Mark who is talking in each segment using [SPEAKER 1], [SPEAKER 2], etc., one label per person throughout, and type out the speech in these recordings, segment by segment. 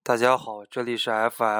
[SPEAKER 1] 大家好，这里是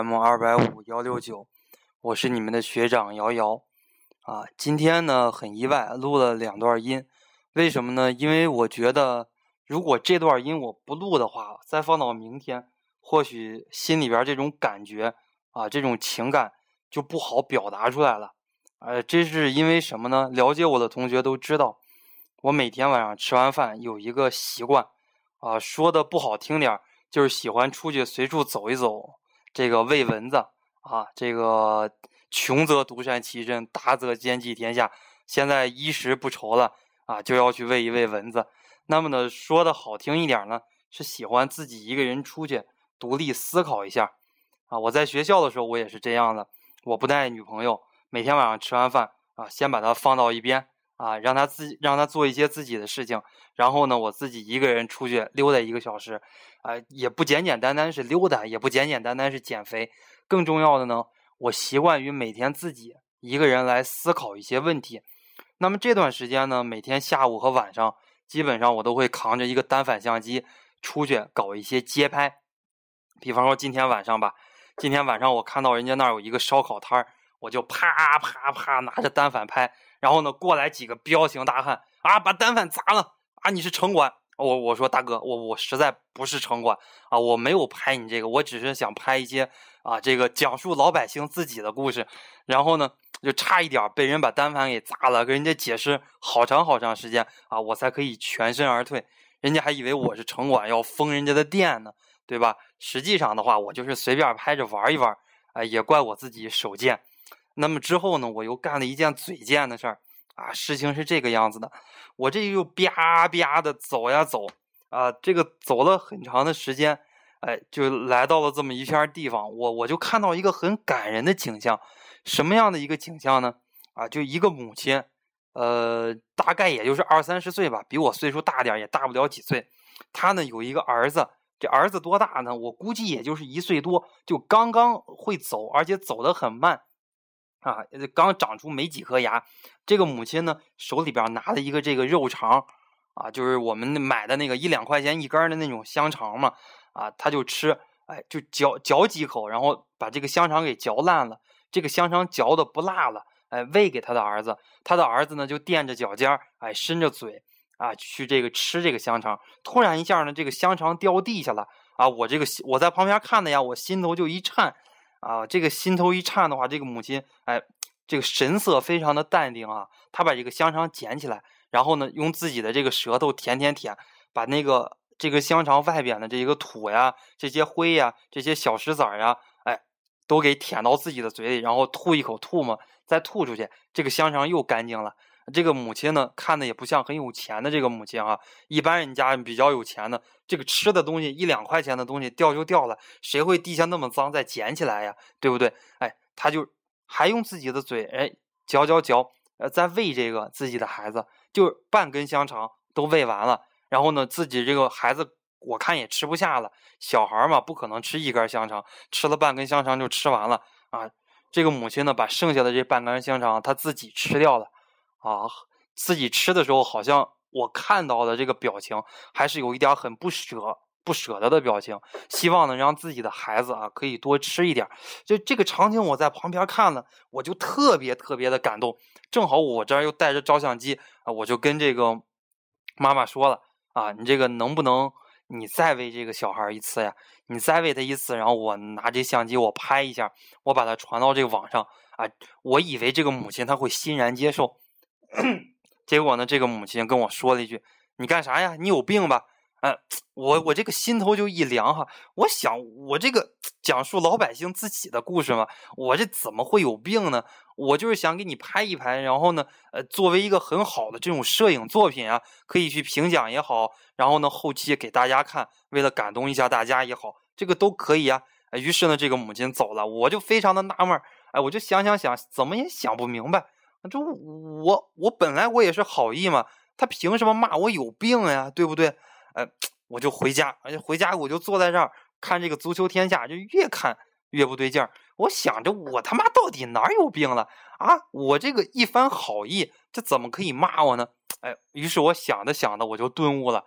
[SPEAKER 1] FM250-169，我是你们的学长瑶瑶今天呢很意外录了2段音，为什么呢？因为我觉得如果这段音我不录的话，再放到明天，或许心里边这种感觉这种情感就不好表达出来了。这是因为什么呢？了解我的同学都知道，我每天晚上吃完饭有一个习惯说的不好听点就是喜欢出去随处走一走，这个喂蚊子这个穷则独善其身，大则兼济天下。现在衣食不愁了就要去喂一喂蚊子。那么呢，说的好听一点呢，是喜欢自己一个人出去独立思考一下我在学校的时候我也是这样的，我不带女朋友，每天晚上吃完饭先把她放到一边让她做一些自己的事情，然后呢，我自己一个人出去溜达1个小时也不简简单单是溜达，也不简简单单是减肥，更重要的呢，我习惯于每天自己一个人来思考一些问题。那么这段时间呢，每天下午和晚上基本上我都会扛着一个单反相机出去搞一些街拍。比方说今天晚上我看到人家那儿有一个烧烤摊儿，我就啪啪啪拿着单反拍，然后呢过来几个彪形大汉把单反砸了你是城管。我说大哥，我实在不是城管我没有拍你这个，我只是想拍一些这个讲述老百姓自己的故事。然后呢就差一点被人把单反给砸了，跟人家解释好长时间我才可以全身而退，人家还以为我是城管要封人家的店呢，对吧？实际上的话我就是随便拍着玩一玩也怪我自己手贱。那么之后呢，我又干了一件嘴贱的事儿事情是这个样子的，我这又吧吧的走呀走这个走了很长的时间就来到了这么一片地方，我就看到一个很感人的景象。什么样的一个景象呢？就一个母亲大概也就是20-30岁吧，比我岁数大点也大不了几岁。他呢有一个儿子，这儿子多大呢？我估计也就是1岁多，就刚刚会走，而且走得很慢刚长出没几颗牙。这个母亲呢手里边拿了一个这个肉肠就是我们买的那个1-2块钱一根的那种香肠嘛他就吃就嚼几口，然后把这个香肠给嚼烂了，这个香肠嚼的不辣了喂给他的儿子。他的儿子呢就垫着脚尖伸着嘴去这个吃这个香肠。突然一下呢，这个香肠掉地下了我在旁边看的呀，我心头就一颤这个心头一颤的话，这个母亲这个神色非常的淡定她把这个香肠捡起来，然后呢用自己的这个舌头舔，把那个这个香肠外边的这个土呀、这些灰呀、这些小石子呀都给舔到自己的嘴里，然后吐一口唾沫，再吐出去，这个香肠又干净了。这个母亲呢看的也不像很有钱的这个母亲一般人家比较有钱的，这个吃的东西1-2块钱的东西掉就掉了，谁会地下那么脏再捡起来呀，对不对？他就还用自己的嘴嚼再喂这个自己的孩子，就半根香肠都喂完了。然后呢自己这个孩子我看也吃不下了，小孩嘛不可能吃1根香肠，吃了半根香肠就吃完了这个母亲呢把剩下的这半根香肠她自己吃掉了自己吃的时候好像我看到的这个表情还是有一点很不舍得的表情，希望能让自己的孩子可以多吃一点。就这个场景我在旁边看了，我就特别的感动。正好我这儿又带着照相机我就跟这个妈妈说了你这个能不能你再喂这个小孩一次呀？你再喂他一次，然后我拿这相机我拍一下，我把它传到这个网上我以为这个母亲她会欣然接受结果呢这个母亲跟我说了一句，你干啥呀？你有病吧？我这个心头就一凉我想我这个讲述老百姓自己的故事嘛，我这怎么会有病呢？我就是想给你拍一拍，然后呢作为一个很好的这种摄影作品可以去评奖也好，然后呢后期给大家看，为了感动一下大家也好，这个都可以于是呢这个母亲走了，我就非常的纳闷我就想怎么也想不明白，这我本来我也是好意嘛，他凭什么骂我有病呀，对不对？我就回家我就坐在这儿看这个足球天下，就越看越不对劲儿。我想着我他妈到底哪有病了我这个一番好意，这怎么可以骂我呢？于是我想着我就顿悟了。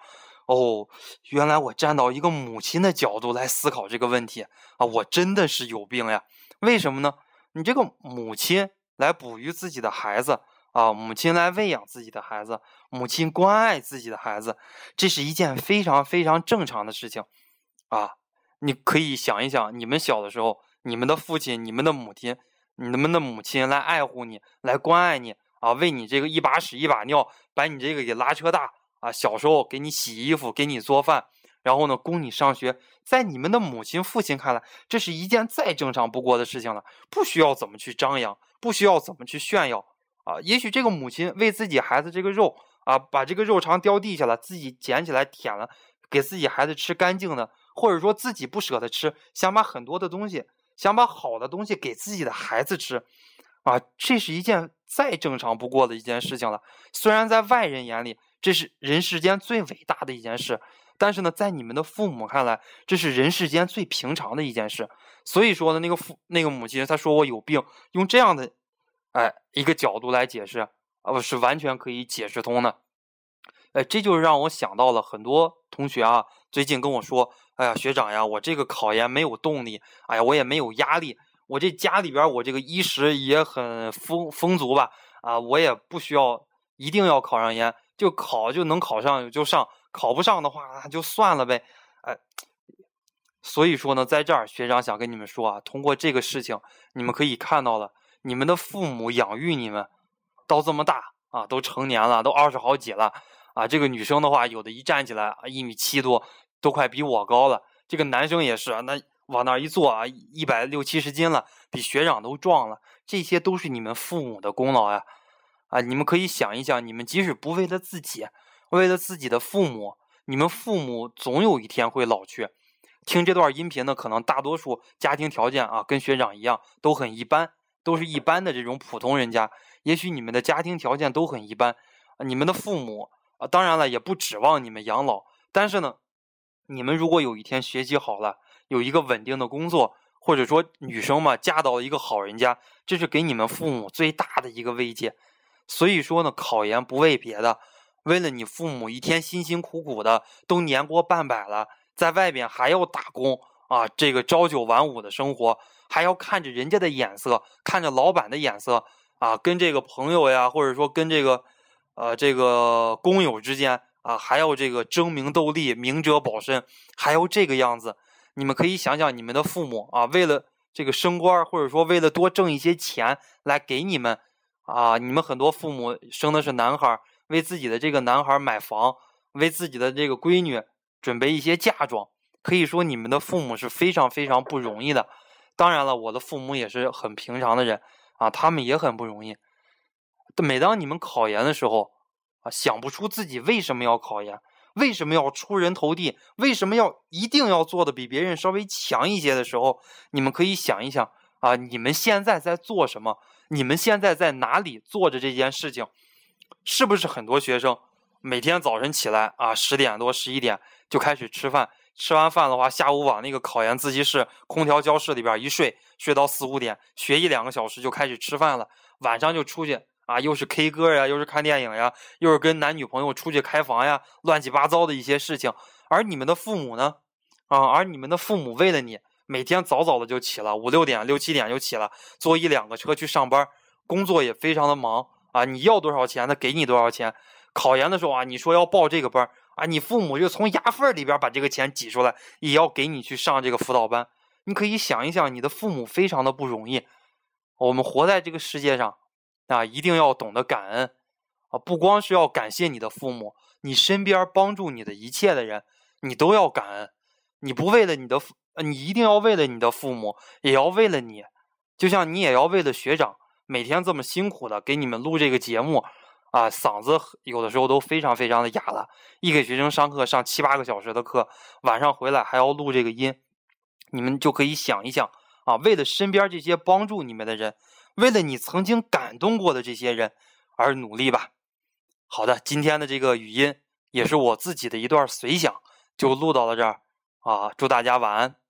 [SPEAKER 1] 哦，原来我站到一个母亲的角度来思考这个问题啊，我真的是有病呀！为什么呢？你这个母亲来哺育自己的孩子啊，母亲来喂养自己的孩子，母亲关爱自己的孩子，这是一件非常非常正常的事情啊。你可以想一想，你们小的时候，你们的父亲、你们的母亲、你们的母亲来爱护你，来关爱你啊，为你这个一把屎一把尿，把你这个给拉扯大啊。小时候给你洗衣服，给你做饭，然后呢供你上学，在你们的母亲、父亲看来，这是一件再正常不过的事情了，不需要怎么去张扬，不需要怎么去炫耀啊。也许这个母亲为自己孩子这个肉啊，把这个肉肠掉地下了，自己捡起来舔了，给自己孩子吃干净的。或者说自己不舍得吃，想把很多的东西，想把好的东西给自己的孩子吃啊，这是一件再正常不过的一件事情了。虽然在外人眼里这是人世间最伟大的一件事，但是呢在你们的父母看来，这是人世间最平常的一件事。所以说呢那个母亲她说我有病，用这样的一个角度来解释是完全可以解释通的。这就是让我想到了很多同学啊，最近跟我说，哎呀，学长呀，我这个考研没有动力，哎呀，我也没有压力，我这家里边我这个衣食也很丰足吧，啊，我也不需要一定要考上研，就考就能考上就上，考不上的话那就算了呗，所以说呢，在这儿学长想跟你们说啊，通过这个事情，你们可以看到了，你们的父母养育你们到这么大啊，都成年了，都20好几了。啊，这个女生的话，有的一站起来1.7米多，都快比我高了。这个男生也是，那往那一坐啊，160、170斤了，比学长都壮了。这些都是你们父母的功劳呀！啊，你们可以想一想，你们即使不为了自己，为了自己的父母，你们父母总有一天会老去。听这段音频呢，可能大多数家庭条件啊，跟学长一样，都很一般，都是一般的这种普通人家。也许你们的家庭条件都很一般，你们的父母。当然了，也不指望你们养老，但是呢，你们如果有一天学习好了，有一个稳定的工作，或者说女生嘛，嫁到了一个好人家，这是给你们父母最大的一个慰藉。所以说呢，考研不为别的，为了你父母一天辛辛苦苦的都年过半百了，在外边还要打工啊，这个朝9晚5的生活，还要看着人家的眼色，看着老板的眼色啊，跟这个朋友呀，或者说跟这个工友之间啊，还要这个争名斗利、明哲保身，还要这个样子。你们可以想想你们的父母啊，为了这个升官，或者说为了多挣一些钱来给你们啊，你们很多父母生的是男孩，为自己的这个男孩买房，为自己的这个闺女准备一些嫁妆。可以说你们的父母是非常非常不容易的。当然了，我的父母也是很平常的人啊，他们也很不容易。每当你们考研的时候啊，想不出自己为什么要考研，为什么要出人头地，为什么一定要做的比别人稍微强一些的时候，你们可以想一想啊，你们现在在做什么？你们现在在哪里做着这件事情？是不是很多学生每天早晨起来啊，10点多、11点就开始吃饭，吃完饭的话，下午往那个考研自习室、空调教室里边一睡，睡到4、5点，学1-2个小时就开始吃饭了，晚上就出去。啊，又是 K 歌呀，又是看电影呀，又是跟男女朋友出去开房呀，乱七八糟的一些事情。而你们的父母呢？而你们的父母为了你，每天早早的就起了，5、6点、6、7点就起了，坐1-2个车去上班，工作也非常的忙啊。你要多少钱，他给你多少钱。考研的时候啊，你说要报这个班啊，你父母就从牙缝里边把这个钱挤出来，也要给你去上这个辅导班。你可以想一想，你的父母非常的不容易。我们活在这个世界上。啊，一定要懂得感恩啊！不光是要感谢你的父母，你身边帮助你的一切的人，你都要感恩。你不为了你一定要为了你的父母，也要为了你。就像你也要为了学长，每天这么辛苦的给你们录这个节目啊，嗓子有的时候都非常非常的哑了。一给学生上课上7、8个小时的课，晚上回来还要录这个音，你们就可以想一想啊，为了身边这些帮助你们的人。为了你曾经感动过的这些人而努力吧。好的，今天的这个语音也是我自己的一段随想，就录到了这儿啊，祝大家晚安。